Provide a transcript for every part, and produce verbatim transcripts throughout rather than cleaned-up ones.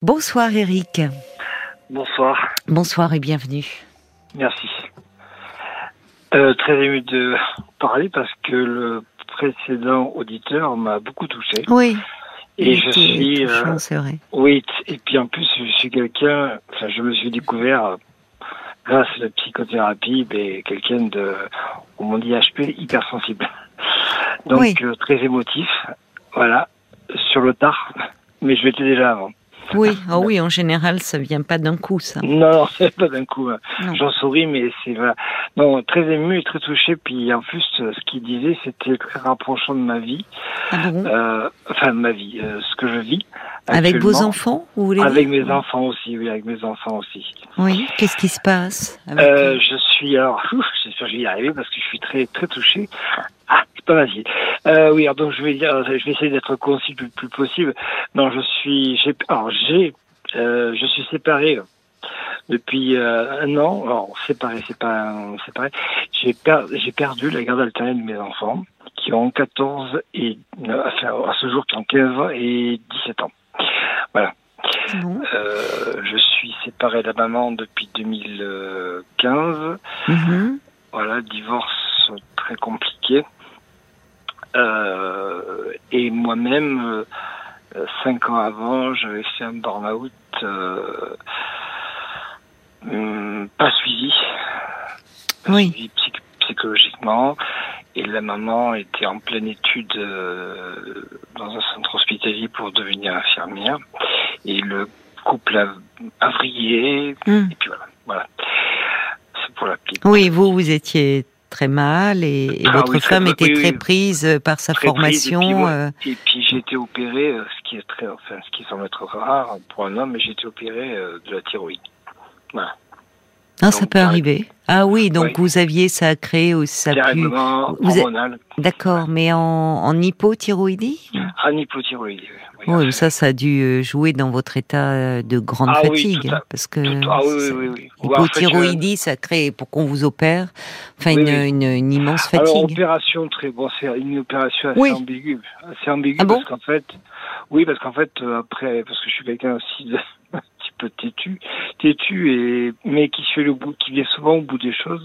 Bonsoir Eric. Bonsoir. Bonsoir et bienvenue. Merci. Euh, très ému de parler parce que le précédent auditeur m'a beaucoup touché. Oui. Et je suis. Touchant, euh, c'est vrai. oui, et puis en plus, je suis quelqu'un. Enfin, je me suis découvert euh, grâce à la psychothérapie, mais quelqu'un de, on m'en dit H P, hypersensible. Donc Oui. euh, très émotif. Voilà, sur le tard. Mais je l'étais déjà avant. Oui, ah oui, en général, ça vient pas d'un coup, ça. Non, non, c'est pas d'un coup. Hein. Non. J'en souris, mais c'est voilà. Non, très ému et très touché. Puis en plus, ce qu'il disait, c'était très rapprochant de ma vie. Ah bon ? Euh, enfin, de ma vie, euh, ce que je vis. Avec vos enfants, vous voulez Avec dire ? mes enfants aussi, oui, avec mes enfants aussi. Oui. Qu'est-ce qui se passe avec euh, Je suis alors, ouf, j'espère que je vais y arriver parce que je suis très très touché. Ah, c'est pas facile. Euh, oui, alors donc je vais dire, je vais essayer d'être concis le plus possible. Non, je suis, j'ai, alors j'ai, euh, je suis séparé depuis euh, un an. Alors séparé, c'est pas séparé. J'ai per, j'ai perdu la garde alternée de mes enfants qui ont quatorze et enfin à ce jour qui ont quinze ans et dix-sept ans. Voilà. Bon. Euh, je suis séparé de la maman depuis deux mille quinze. Mm-hmm. Voilà, divorce très compliqué. Euh, et moi-même, euh, cinq ans avant, j'avais fait un burn-out euh, hum, pas suivi, pas Oui. suivi psych- psychologiquement. Et la maman était en pleine étude euh, dans un centre hospitalier pour devenir infirmière. Et le couple a, a vrillé. Mm. Et puis voilà, voilà. C'est pour la petite. Oui, vous, vous étiez très mal et, et Ah votre oui, très- femme était oui, très oui. prise par sa Très prise, formation. et puis, ouais. euh, Et puis j'ai été opéré, euh, ce qui est très, enfin, ce qui semble être rare pour un homme, mais j'ai été opéré euh, de la thyroïde. Voilà. Ah, Donc, ça peut direct- arriver. Ah oui, donc Ouais. vous aviez, ça a créé, ou ça a pu... Dérèglement Vous êtes- hormonal. D'accord, mais en, en hypothyroïdie ? En hypothyroïdie. Oui, Oui, mais enfin, ça, ça a dû euh, jouer dans votre état de grande Ah oui, fatigue, tout à- hein, parce que tout- ah oui, oui, c'est- oui, oui. Ouais, en fait, hypothyroïdie, ça crée, pour qu'on vous opère, enfin Oui, une, oui. Une, une immense Alors, fatigue. opération très bon, c'est une opération assez Oui. ambiguë, assez ambiguë Ah bon parce qu'en fait, oui, parce qu'en fait, euh, après, parce que je suis quelqu'un aussi de, un petit peu têtu, têtu et mais qui fait le bout, qui vient souvent au bout des choses,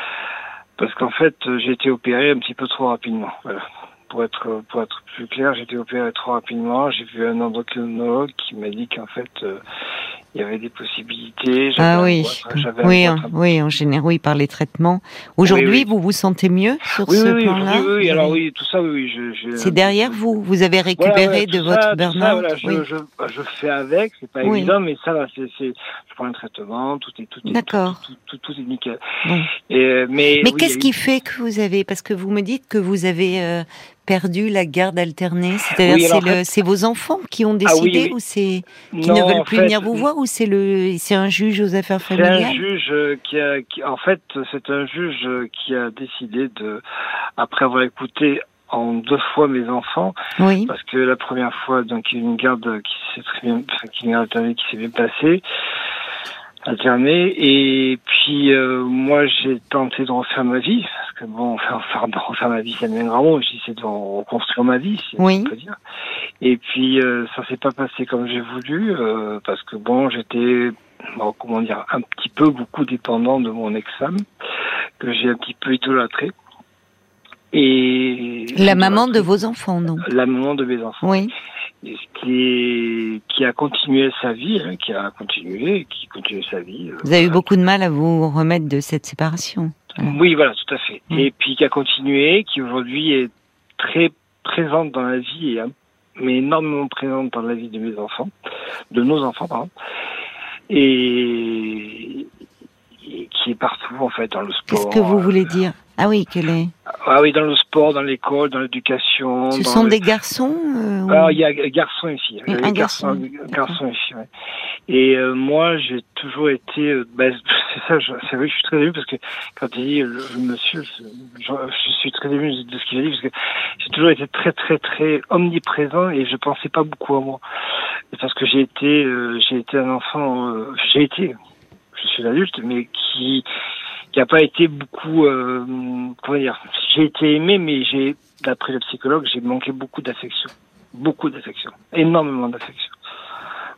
parce qu'en fait, euh, j'ai été opéré un petit peu trop rapidement. Voilà. Pour être pour être plus clair, j'ai été opéré trop rapidement. J'ai vu un endocrinologue qui m'a dit qu'en fait, euh, il y avait des possibilités. J'avais Ah un oui, goitre- j'avais un oui, goitre hein, un- oui, en général, oui, par les traitements. Aujourd'hui, Oui, oui. vous vous sentez mieux sur Oui, ce oui, oui, plan-là aujourd'hui, oui, oui. Vous Alors avez- oui, tout ça, oui, oui. Je, je, C'est derrière vous. Vous avez Voilà, récupéré voilà, de tout votre ça, tout burn-out. ça, voilà, je, Oui. je, je fais avec, c'est pas Oui. évident, mais ça va, c'est, c'est, je prends un traitement, tout est, tout est, D'accord. tout, tout, tout, tout est nickel. Bon. Et, euh, mais, Mais oui, qu'est-ce il y a qui eu- fait que vous avez, parce que vous me dites que vous avez euh, perdu la garde alternée, c'est-à-dire Oui, alors, c'est en le, fait- c'est vos enfants qui ont Ah oui, décidé oui. ou c'est qui Non, ne veulent en plus fait, venir vous voir ou c'est le, c'est un juge aux affaires c'est un familiales? juge euh, qui a, qui, en fait, c'est un juge euh, qui a décidé de, après avoir écouté en deux fois mes enfants, Oui. parce que la première fois, donc, il y a une garde qui s'est très bien, enfin, qui une garde alternée qui s'est bien passée, alternée, et puis euh, moi j'ai tenté de refaire ma vie, parce que bon, enfin, enfin de refaire ma vie, c'est un grand mot, j'essaie de reconstruire ma vie, si Oui. on peut dire. Et puis euh, ça s'est pas passé comme j'ai voulu, euh, parce que bon, j'étais, bon, comment dire, un petit peu beaucoup dépendant de mon ex-femme, que j'ai un petit peu idolâtré. Et La maman de vos enfants, donc. la maman de mes enfants. Oui. Et ce qui, est, qui a continué sa vie, hein, qui a continué, qui continue sa vie. euh, Vous avez eu voilà. beaucoup de mal à vous remettre de cette séparation. Voilà. Oui, voilà, tout à fait. Mm. Et puis qui a continué, qui aujourd'hui est très présente dans la vie, et, mais énormément présente dans la vie de mes enfants, de nos enfants, pardon, et, et qui est partout, en fait, dans le sport. Qu'est-ce que vous voulez dire? Ah oui, quelle est... Ah oui, dans le sport, dans l'école, dans l'éducation. Ce dans sont le... des garçons euh, ou- Alors, il y a garçons et filles. Un Il y a garçon, garçons, garçons et filles, ouais. Et euh, moi, j'ai toujours été... Euh, ben, c'est ça, je, c'est vrai que je suis très ému parce que quand il dit le, le monsieur, je, je, je suis très ému de ce qu'il a dit parce que j'ai toujours été très, très, très omniprésent et je pensais pas beaucoup à moi. Parce que j'ai été, euh, j'ai été un enfant... Euh, j'ai été... Je suis l'adulte, mais qui... qui n'a pas été beaucoup, euh, comment dire, j'ai été aimé, mais j'ai, d'après le psychologue, j'ai manqué beaucoup d'affection, beaucoup d'affection, énormément d'affection. Voilà.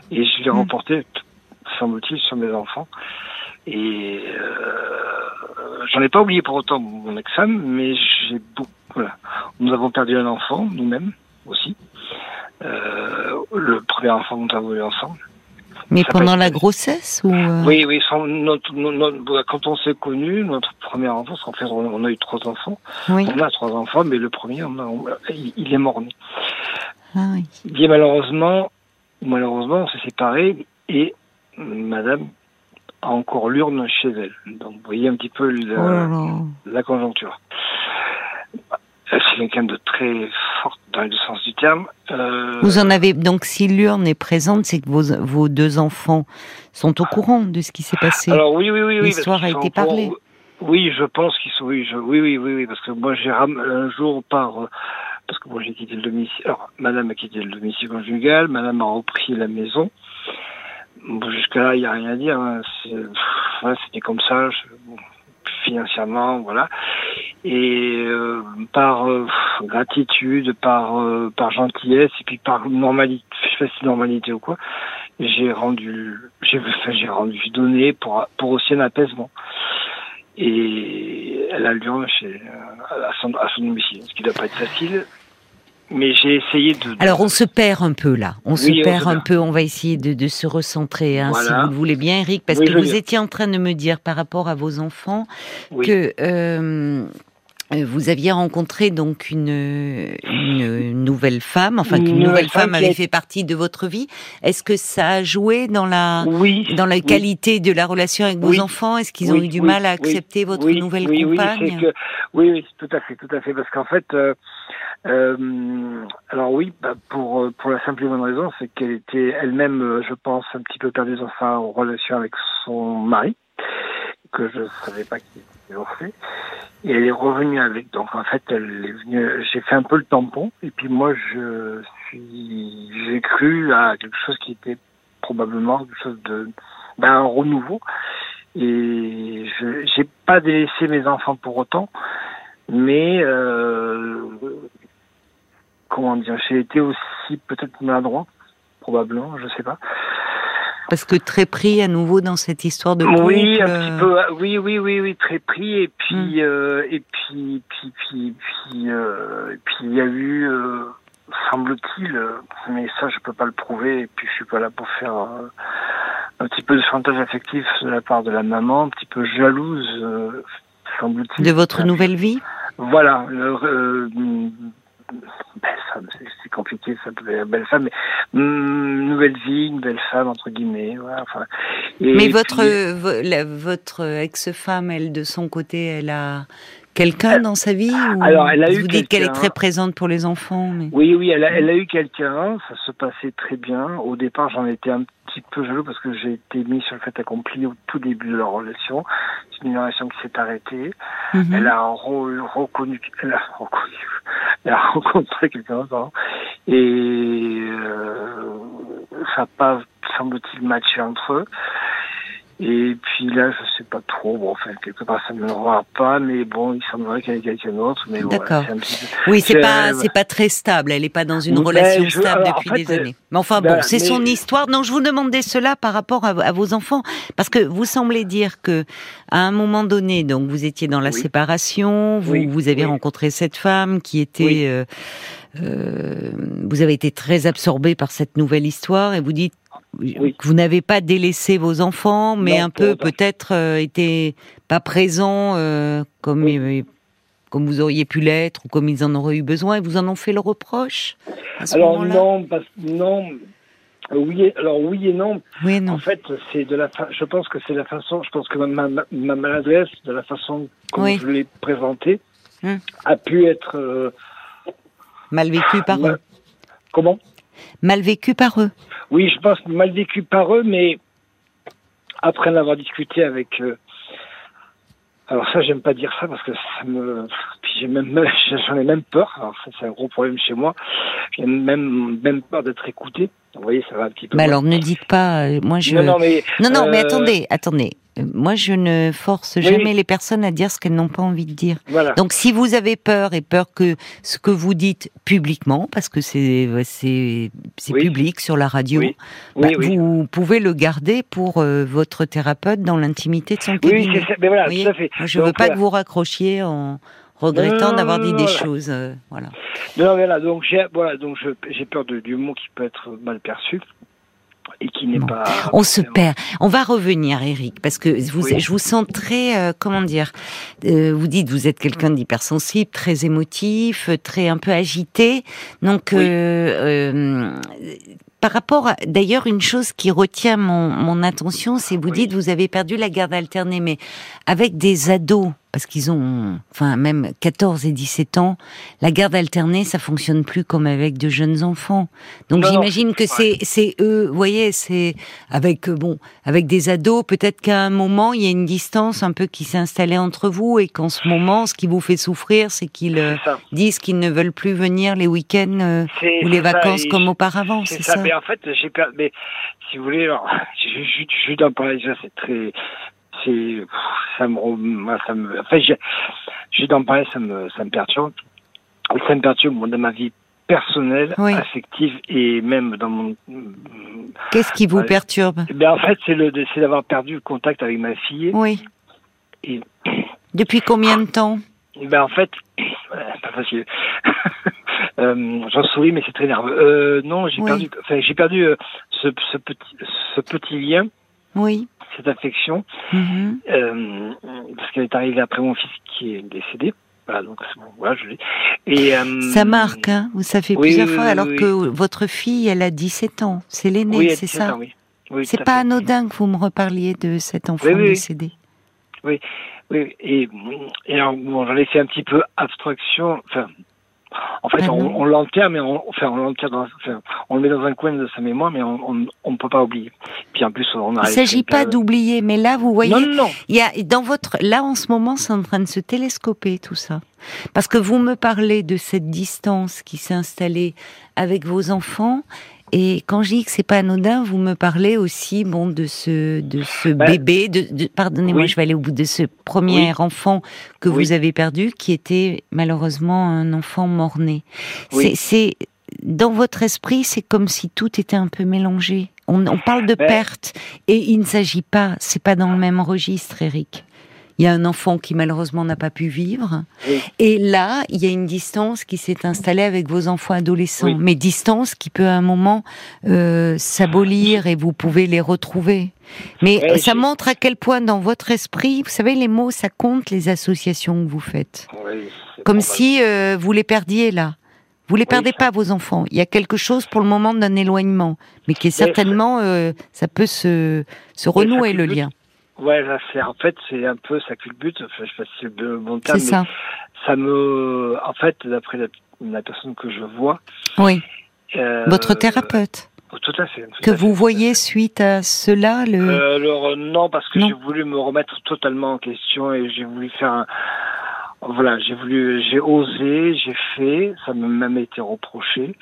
Et je l'ai mmh. remporté, semble-t-il, sur mes enfants. Et euh, j'en ai pas oublié pour autant mon ex-femme, mais j'ai beaucoup. Voilà. Nous avons perdu un enfant, nous-mêmes aussi. Euh, le premier enfant que nous avons eu ensemble. Mais Ça pendant passe... la grossesse ou euh... Oui, oui. Sans, notre, notre, quand on s'est connus, notre premier enfant, en fait, on a eu trois enfants. Oui. On a trois enfants, mais le premier, on a, on, il, il est mort-né. Ah oui. Bien malheureusement, malheureusement, on s'est séparés et Madame a encore l'urne chez elle. Donc, vous voyez un petit peu la, oh là là. la conjoncture. C'est quelqu'un de très fort dans le sens du terme. Euh... Vous en avez donc, si l'urne est présente, c'est que vos, vos deux enfants sont au courant de ce qui s'est passé. Alors oui, oui, oui, oui. L'histoire a été parlée. Oui, je pense qu'ils sont. Oui, je... oui, oui, oui, oui, parce que moi j'ai ram... un jour par parce que moi j'ai quitté le domicile. Alors, Madame a quitté le domicile conjugal, Madame a repris la maison. Bon, jusque-là, il n'y a rien à dire. Hein. C'est... Ouais, c'était comme ça. Je... Bon, financièrement, voilà. Et euh, par euh, gratitude, par euh, par gentillesse, et puis par normalité, je sais pas si normalité ou quoi, j'ai rendu, j'ai enfin, j'ai rendu, j'ai donné pour pour aussi un apaisement. Et elle a l'urne chez à son à son domicile, ce qui doit pas être facile. Mais j'ai essayé de, de... Alors on se perd un peu là, on oui, se perd on un peu, on va essayer de, de se recentrer, hein, voilà. si vous le voulez bien, Eric, parce oui, que vous bien. étiez en train de me dire par rapport à vos enfants oui. que euh, vous aviez rencontré donc une, une nouvelle femme, enfin qu'une une nouvelle femme avait a... fait partie de votre vie. Est-ce que ça a joué dans la oui, dans la oui. qualité de la relation avec vos oui. enfants? Est-ce qu'ils oui, ont eu du oui, mal à accepter oui, votre oui, nouvelle oui, compagne? Oui, c'est que, oui, oui, tout à fait, tout à fait, parce qu'en fait, euh, euh, alors oui, bah pour pour la simple et bonne raison, c'est qu'elle était elle-même, je pense, un petit peu perdue dans sa relation avec son mari, que je savais pas qu'il était divorcé. Et elle est revenue avec. Donc en fait, elle est venue. J'ai fait un peu le tampon. Et puis moi, je suis, j'ai cru à quelque chose qui était probablement quelque chose de d'un renouveau. Et je j'ai pas délaissé mes enfants pour autant, mais euh, comment dire, j'ai été aussi peut-être maladroit, probablement, je sais pas. Parce que très pris à nouveau dans cette histoire de couple. Oui, un petit peu. Oui, oui, oui, oui, très pris. Et puis, mm. euh, et puis, puis, puis, puis, euh, et puis, il y a eu, euh, semble-t-il, euh, mais ça, je peux pas le prouver. Et puis, je suis pas là pour faire euh, un petit peu de chantage affectif de la part de la maman, un petit peu jalouse, euh, semble-t-il. De votre euh, nouvelle vie. Voilà. Euh, belle femme, c'est, c'est compliqué, ça peut être belle femme, mais hum, nouvelle vie, une belle femme entre guillemets. Voilà, enfin, et mais votre puis, euh, la, votre ex-femme, elle de son côté, elle a quelqu'un elle, dans sa vie ou alors, elle a eu vous quelqu'un. dites qu'elle est très présente pour les enfants. Mais... Oui, oui, elle a, elle a eu quelqu'un. Ça se passait très bien. Au départ, j'en étais un petit peu jaloux parce que j'ai été mis sur le fait accompli au tout début de leur relation. C'est une relation qui s'est arrêtée. Mm-hmm. Elle a re, reconnu, elle a reconnu, elle a rencontré quelqu'un, pardon. Et euh, ça n'a pas, semble-t-il, matché entre eux. Et puis là, je sais pas trop. Bon, enfin, quelque part, ça ne me regarde pas, mais bon, il semblerait qu'il y ait quelqu'un d'autre. Mais d'accord. Voilà, c'est un peu... Oui, c'est, c'est pas, euh... c'est pas très stable. Elle est pas dans une ben, relation je... stable Alors, depuis en fait, des euh... années. Mais enfin, ben, bon, c'est mais... son histoire. Non, je vous demandais cela par rapport à, à vos enfants, parce que vous semblez dire que, à un moment donné, donc vous étiez dans la oui. séparation, vous, oui. vous avez oui. rencontré cette femme qui était. Oui. Euh, euh, vous avez été très absorbé par cette nouvelle histoire, et vous dites. Oui. Vous n'avez pas délaissé vos enfants, mais non, un peu peut-être euh, été pas présent euh, comme oui. euh, comme vous auriez pu l'être ou comme ils en auraient eu besoin, et vous en ont fait le reproche à ce alors moment-là? non, parce, non. Oui, alors oui et non. Oui et non. En fait, c'est de la. Fa... Je pense que c'est la façon. Je pense que ma, ma, ma maladresse, de la façon comme oui. je l'ai présentée, hum. a pu être euh... mal vécu par mal... eux. Comment? Mal vécu par eux. Oui, je pense mal vécu par eux, mais après en avoir discuté avec... Euh... Alors ça, j'aime pas dire ça parce que ça me... Puis j'ai même... j'en ai même peur. Alors ça, c'est un gros problème chez moi. J'ai même, même peur d'être écouté. Vous voyez, ça va un petit peu. Mais alors, ne dites pas. Euh, moi, je. Non, non, mais, non, non, euh... mais attendez, attendez. Moi, je ne force jamais oui. les personnes à dire ce qu'elles n'ont pas envie de dire. Voilà. Donc, si vous avez peur et peur que ce que vous dites publiquement, parce que c'est c'est c'est oui. public sur la radio, oui. Bah, Oui, oui. vous pouvez le garder pour euh, votre thérapeute dans l'intimité de son cabinet. Oui, c'est ça. Mais voilà, tout à fait. Moi, je ne veux pas voilà. que vous raccrochiez en regrettant d'avoir dit des voilà. choses. Euh, voilà. Non, voilà. Donc j'ai voilà, donc je, j'ai peur de, du mot qui peut être mal perçu. Et qui n'est bon. pas. On se perd. On va revenir, Éric, parce que vous, oui. je vous sens très, euh, comment dire, euh, vous dites, vous êtes quelqu'un d'hypersensible, très émotif, très un peu agité. Donc, oui. euh, euh, par rapport, à, d'ailleurs, une chose qui retient mon, mon attention, c'est vous oui. dites, vous avez perdu la garde alternée, mais avec des ados. Parce qu'ils ont, enfin, même quatorze et dix-sept ans, la garde alternée, ça fonctionne plus comme avec de jeunes enfants. Donc, non, j'imagine non, que c'est, c'est eux, vous voyez, c'est avec, bon, avec des ados, peut-être qu'à un moment, il y a une distance un peu qui s'est installée entre vous et qu'en ce moment, ce qui vous fait souffrir, c'est qu'ils c'est disent qu'ils ne veulent plus venir les week-ends euh, ou les vacances ça, comme auparavant, c'est, c'est ça, ça. Mais en fait, j'ai perdu, mais si vous voulez, alors, je, je, je, d'en parler déjà, c'est très, c'est, ça me, ça me, enfin, j'ai, j'ai d'en parler, ça me, ça me perturbe. Ça me perturbe bon, dans ma vie personnelle, oui. affective et même dans mon. Qu'est-ce qui vous euh, perturbe? Ben en fait, c'est le, c'est d'avoir perdu le contact avec ma fille. Oui. Et, depuis combien de temps? Ben en fait, euh, pas facile. euh, j'en souris, mais c'est très nerveux. Euh, non, j'ai oui. perdu, enfin, j'ai perdu euh, ce, ce petit, ce petit lien. Oui. Cette affection, mm-hmm. euh, parce qu'elle est arrivée après mon fils qui est décédé. Voilà, donc voilà, je l'ai. Et euh, ça marque, hein. Ça fait oui, plusieurs oui, fois, oui, alors oui. que votre fille, elle a dix-sept ans. C'est l'aînée, oui, c'est ça. Ans, oui. Oui, c'est pas fait. anodin que vous me reparliez de cet enfant oui, oui, décédé. Oui, oui. Et, et alors, bon, j'en ai fait un petit peu abstraction. Enfin, en fait, ah on, on l'enterre, mais on, enfin, on l'enterre dans, enfin, on le met dans un coin de sa mémoire, mais on ne peut pas oublier. Puis en plus, on a. Il ne s'agit pas période... d'oublier, mais là, vous voyez, non, non, non. il y a dans votre, là en ce moment, c'est en train de se télescoper tout ça, parce que vous me parlez de cette distance qui s'est installée avec vos enfants. Et quand je dis que c'est pas anodin, vous me parlez aussi, bon, de ce, de ce ben, bébé, de, de pardonnez-moi, oui. je vais aller au bout de ce premier oui. enfant que oui. vous avez perdu, qui était malheureusement un enfant mort-né. Oui. C'est, c'est, dans votre esprit, c'est comme si tout était un peu mélangé. On, on parle de ben, perte, et il ne s'agit pas, c'est pas dans le même registre, Éric. Il y a un enfant qui malheureusement n'a pas pu vivre. Oui. Et là, il y a une distance qui s'est installée avec vos enfants adolescents. Oui. Mais distance qui peut à un moment euh, s'abolir et vous pouvez les retrouver. Mais oui, ça j'ai... montre à quel point dans votre esprit, vous savez, les mots, ça compte, les associations que vous faites. Oui, comme si euh, vous les perdiez là. Vous les perdez oui, pas, vos enfants. Il y a quelque chose pour le moment d'un éloignement. Mais qui est certainement, euh, ça peut se, se renouer le lien. Ouais, là, c'est, en fait, c'est un peu, ça culbute, enfin, je sais pas si c'est le bon terme, c'est ça. mais ça me, en fait, d'après la, la personne que je vois. Oui. Euh, Votre thérapeute. Euh, tout à fait. Tout que à vous fait, voyez suite à cela, le. Euh, alors, non, parce que non. j'ai voulu me remettre totalement en question et j'ai voulu faire un, voilà, j'ai voulu, j'ai osé, j'ai fait, ça m'a même été reproché.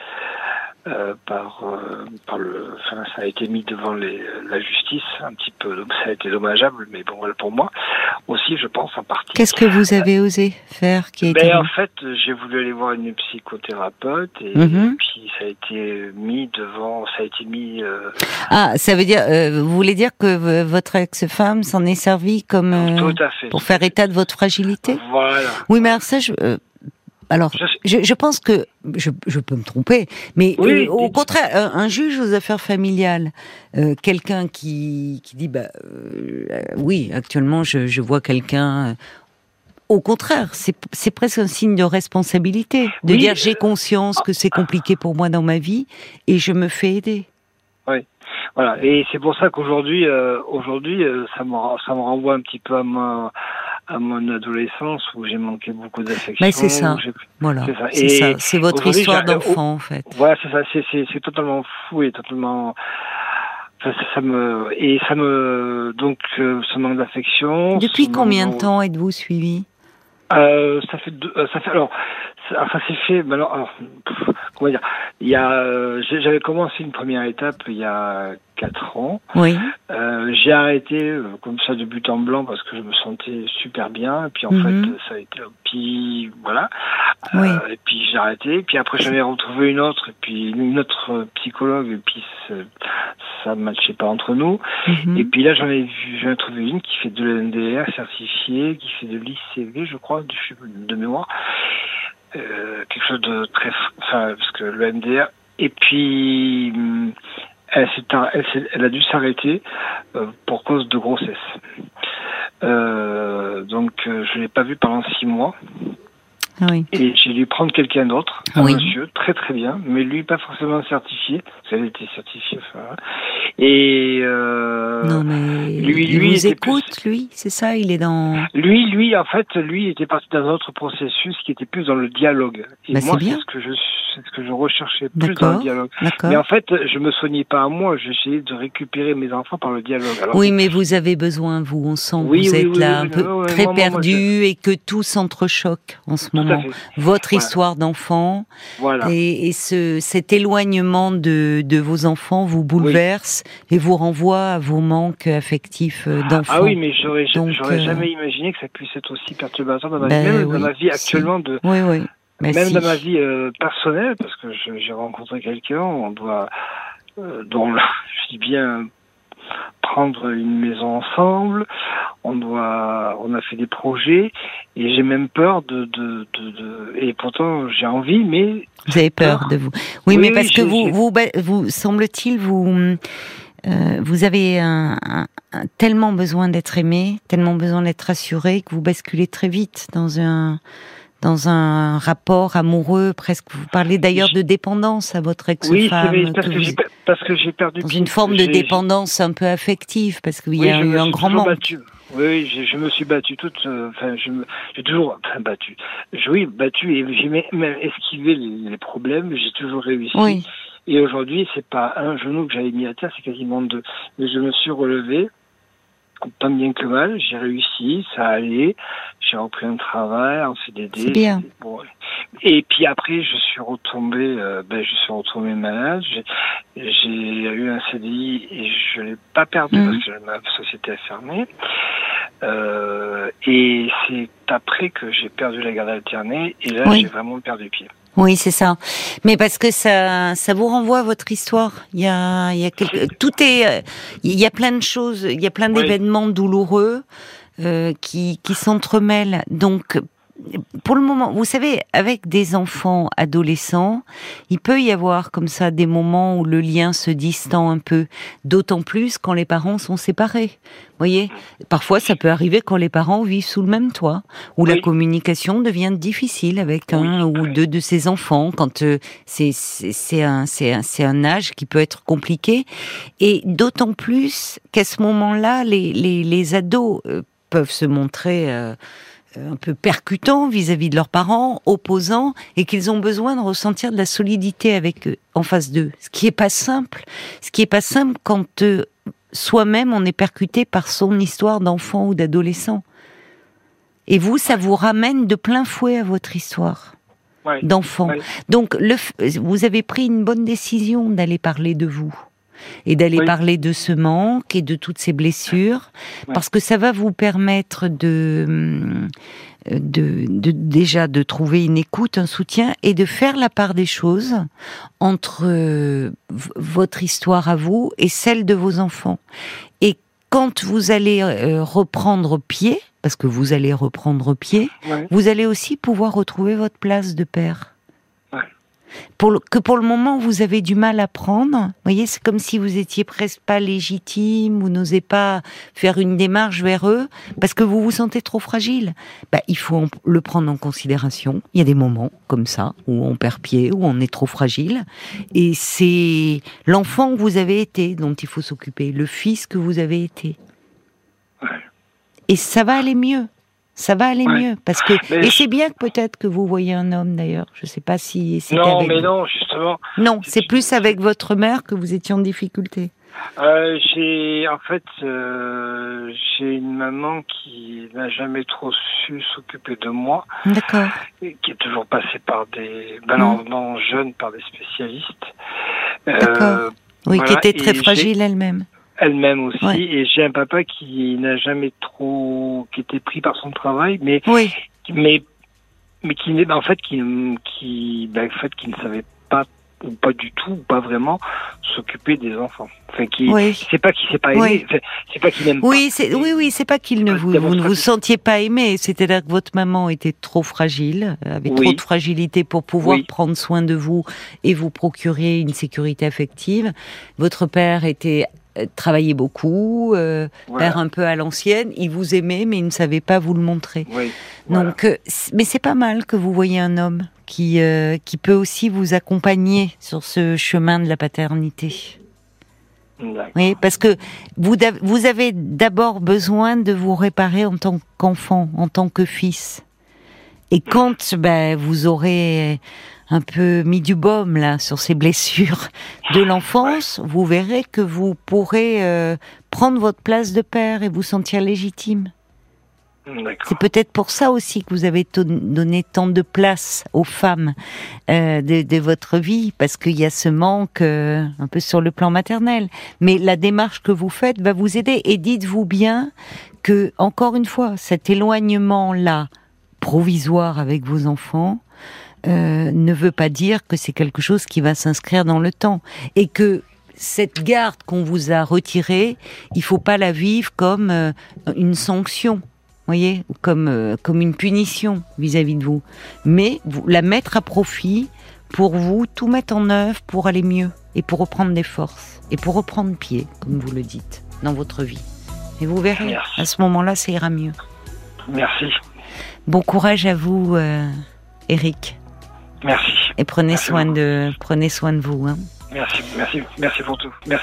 Euh, par euh, par le enfin ça a été mis devant les, la justice un petit peu, donc ça a été dommageable, mais bon voilà, pour moi aussi je pense en partie. Qu'est-ce que vous avez euh, osé faire qui a ben, été en fait j'ai voulu aller voir une psychothérapeute et, mm-hmm. et puis ça a été mis devant ça a été mis euh... ah ça veut dire euh, vous voulez dire que votre ex-femme s'en est servie comme euh, tout à fait, pour tout faire à fait. état de votre fragilité. Voilà. Oui mais alors ça je euh, Alors, je, je pense que je, je peux me tromper, mais oui, euh, au contraire, un, un juge aux affaires familiales, euh, quelqu'un qui qui dit bah euh, oui, actuellement je, je vois quelqu'un. Euh, au contraire, c'est c'est presque un signe de responsabilité de oui, dire j'ai conscience que c'est compliqué pour moi dans ma vie et je me fais aider. Oui, voilà, et c'est pour ça qu'aujourd'hui, euh, aujourd'hui, euh, ça me ça me renvoie un petit peu à ma à mon adolescence où j'ai manqué beaucoup d'affection. Mais c'est ça. Voilà. C'est ça. C'est, ça. c'est votre histoire d'enfant, en fait. Voilà, c'est ça. C'est, c'est, c'est totalement fou et totalement. Ça, ça, ça me et ça me donc euh, ce manque d'affection. Depuis combien manque... de temps êtes-vous suivi? Euh, ça fait deux, ça fait alors ça, ça s'est fait. Ben alors, alors comment dire, il y a, euh, j'avais commencé une première étape il y a quatre ans. Oui. Euh, j'ai arrêté euh, comme ça de but en blanc parce que je me sentais super bien. Et puis en Mm-hmm. fait, ça a été puis voilà. Oui. Euh, et puis j'ai arrêté. Et puis après, j'en ai retrouvé une autre. Et puis une autre psychologue. Et puis ça ne matchait pas entre nous. Mm-hmm. Et puis là, j'en ai vu, j'en ai trouvé une qui fait de l'E M D R certifiée, qui fait de l'I C V, je crois, de, de mémoire. Euh, quelque chose de très, enfin, parce que le M D R. Et puis elle, elle, elle a dû s'arrêter euh, pour cause de grossesse. Euh, donc euh, je l'ai pas vue pendant six mois. Oui. Et j'ai dû prendre quelqu'un d'autre, un oui. monsieur, très très bien, mais lui pas forcément certifié, parce qu'elle était certifiée. Enfin, et euh, non mais lui, il lui vous écoute, plus... lui, c'est ça, il est dans. Lui, lui, en fait, lui était parti dans un autre processus qui était plus dans le dialogue. Et bah, moi, c'est c'est ce que je, c'est ce que je recherchais plus d'accord, dans le dialogue. D'accord. Mais en fait, je me soignais pas à moi, j'essayais de récupérer mes enfants par le dialogue. Alors, oui, mais vous avez besoin, vous, on sent oui, que vous oui, êtes oui, là oui, un peu oui, très moi, perdu moi, je... et que tout s'entrechoque en ce tout moment. Votre voilà. histoire d'enfant voilà. et, et ce, cet éloignement de, de vos enfants vous bouleverse oui. et vous renvoie à vos manques affectifs d'enfants. Ah oui, mais j'aurais, Donc, j'aurais euh... jamais imaginé que ça puisse être aussi perturbateur dans ma ben, vie, même oui, dans ma vie si. actuellement de, oui, oui. Ben, même si. dans ma vie euh, personnelle, parce que je, j'ai rencontré quelqu'un, on doit, euh, dont je dis bien prendre une maison ensemble, on doit, on a fait des projets et j'ai même peur de, de, de, de et pourtant j'ai envie, mais vous avez peur, peur de vous. Oui, oui mais parce oui, que vous, vous, vous, semble-t-il, vous, euh, vous avez un, un, un, tellement besoin d'être aimé, tellement besoin d'être rassuré que vous basculez très vite dans un. dans un rapport amoureux, presque. Vous parlez d'ailleurs de dépendance à votre ex-femme. Oui, c'est parce que, que j'ai, parce que j'ai perdu. Dans une forme de dépendance un peu affective, parce qu'il oui, y a eu un grand manque. Battu. Oui, je, je me suis battu toute. Enfin, euh, je me, j'ai toujours enfin, battu. Je, oui, battu et j'ai même esquivé les, les problèmes. J'ai toujours réussi. Oui. Et aujourd'hui, c'est pas un genou que j'avais mis à terre, c'est quasiment deux. Mais je me suis relevé. Tant bien que mal, j'ai réussi, ça allait, j'ai repris un travail en C D D. C'est bien. Bon. Et puis après, je suis retombé, euh, ben, je suis retombé malade, j'ai, j'ai eu un C D I et je l'ai pas perdu mmh. parce que ma société a fermé. Euh, et c'est après que j'ai perdu la garde alternée et là, oui. j'ai vraiment perdu pied. Oui, c'est ça. Mais parce que ça, ça vous renvoie à votre histoire. Il y a, il y a quelque, tout est, il y a plein de choses, il y a plein d'événements oui. douloureux euh, qui, qui s'entremêlent. Donc, pour le moment, vous savez, avec des enfants adolescents, il peut y avoir comme ça des moments où le lien se distend un peu, d'autant plus quand les parents sont séparés. Vous voyez, parfois ça peut arriver quand les parents vivent sous le même toit, où oui. la communication devient difficile avec un oui. ou deux de ses enfants, quand euh, c'est, c'est, c'est, un, c'est, un, c'est un âge qui peut être compliqué, et d'autant plus qu'à ce moment-là, les, les, les ados euh, peuvent se montrer... Euh, un peu percutants vis-à-vis de leurs parents, opposants, et qu'ils ont besoin de ressentir de la solidité avec eux, en face d'eux. Ce qui est pas simple. Ce qui est pas simple quand euh, soi-même on est percuté par son histoire d'enfant ou d'adolescent. Et vous, ça vous ramène de plein fouet à votre histoire ouais. d'enfant. Ouais. Donc, le, vous avez pris une bonne décision d'aller parler de vous. Et d'aller oui. parler de ce manque et de toutes ces blessures, ouais. parce que ça va vous permettre de, de, de déjà de trouver une écoute, un soutien, et de faire la part des choses entre euh, votre histoire à vous et celle de vos enfants. Et quand vous allez euh, reprendre pied, parce que vous allez reprendre pied, ouais. vous allez aussi pouvoir retrouver votre place de père. Pour le, que pour le moment vous avez du mal à prendre, vous voyez, c'est comme si vous étiez presque pas légitime, vous n'osez pas faire une démarche vers eux, parce que vous vous sentez trop fragile. Bah, il faut en, le prendre en considération. Il y a des moments comme ça, où on perd pied, où on est trop fragile, et c'est l'enfant que vous avez été dont il faut s'occuper, le fils que vous avez été. Et ça va aller mieux. Ça va aller ouais. mieux, parce que mais et c'est bien que peut-être que vous voyez un homme d'ailleurs. Je sais pas si c'est non, avec mais vous. non, justement. Non, c'est plus avec votre mère que vous étiez en difficulté. Euh, j'ai en fait euh, j'ai une maman qui n'a jamais trop su s'occuper de moi. D'accord. Qui est toujours passée par des malheureusement mmh. jeune par des spécialistes. D'accord. Euh, oui, voilà, qui était très fragile elle-même. Elle-même aussi. Ouais. Et j'ai un papa qui n'a jamais trop, qui était pris par son travail, mais oui. mais mais qui n'est en fait qui qui ben, en fait qui ne savait pas ou pas du tout, ou pas vraiment s'occuper des enfants. Enfin, qui, oui. c'est pas qu'il s'est pas aimé, oui. enfin, c'est pas qu'il n'aime oui, pas. C'est, oui, oui, c'est pas qu'il ne vous, vous ne vous sentiez pas aimé. C'est-à-dire que votre maman était trop fragile, avait oui. trop de fragilité pour pouvoir oui. prendre soin de vous et vous procurer une sécurité affective. Votre père était travaillait beaucoup, euh, voilà. père un peu à l'ancienne. Il vous aimait, mais il ne savait pas vous le montrer. Oui. Voilà. Donc, euh, mais c'est pas mal que vous voyez un homme qui euh, qui peut aussi vous accompagner sur ce chemin de la paternité. Oui, parce que vous vous avez d'abord besoin de vous réparer en tant qu'enfant, en tant que fils. Et quand ben vous aurez un peu mis du baume là sur ces blessures de l'enfance, ouais. vous verrez que vous pourrez euh, prendre votre place de père et vous sentir légitime. D'accord. C'est peut-être pour ça aussi que vous avez t- donné tant de place aux femmes euh, de, de votre vie, parce qu'il y a ce manque euh, un peu sur le plan maternel. Mais la démarche que vous faites va vous aider. Et dites-vous bien que, encore une fois, cet éloignement-là, provisoire avec vos enfants, euh, ne veut pas dire que c'est quelque chose qui va s'inscrire dans le temps. Et que cette garde qu'on vous a retirée, il faut pas la vivre comme euh, une sanction. Voyez, comme euh, comme une punition vis-à-vis de vous, mais vous la mettre à profit pour vous, tout mettre en œuvre pour aller mieux et pour reprendre des forces et pour reprendre pied, comme vous le dites, dans votre vie. Et vous verrez, Merci. À ce moment-là, ça ira mieux. Merci. Bon courage à vous, euh, Éric. Merci. Et prenez Merci soin beaucoup. de prenez soin de vous. Hein. Merci, merci, merci pour tout. Merci.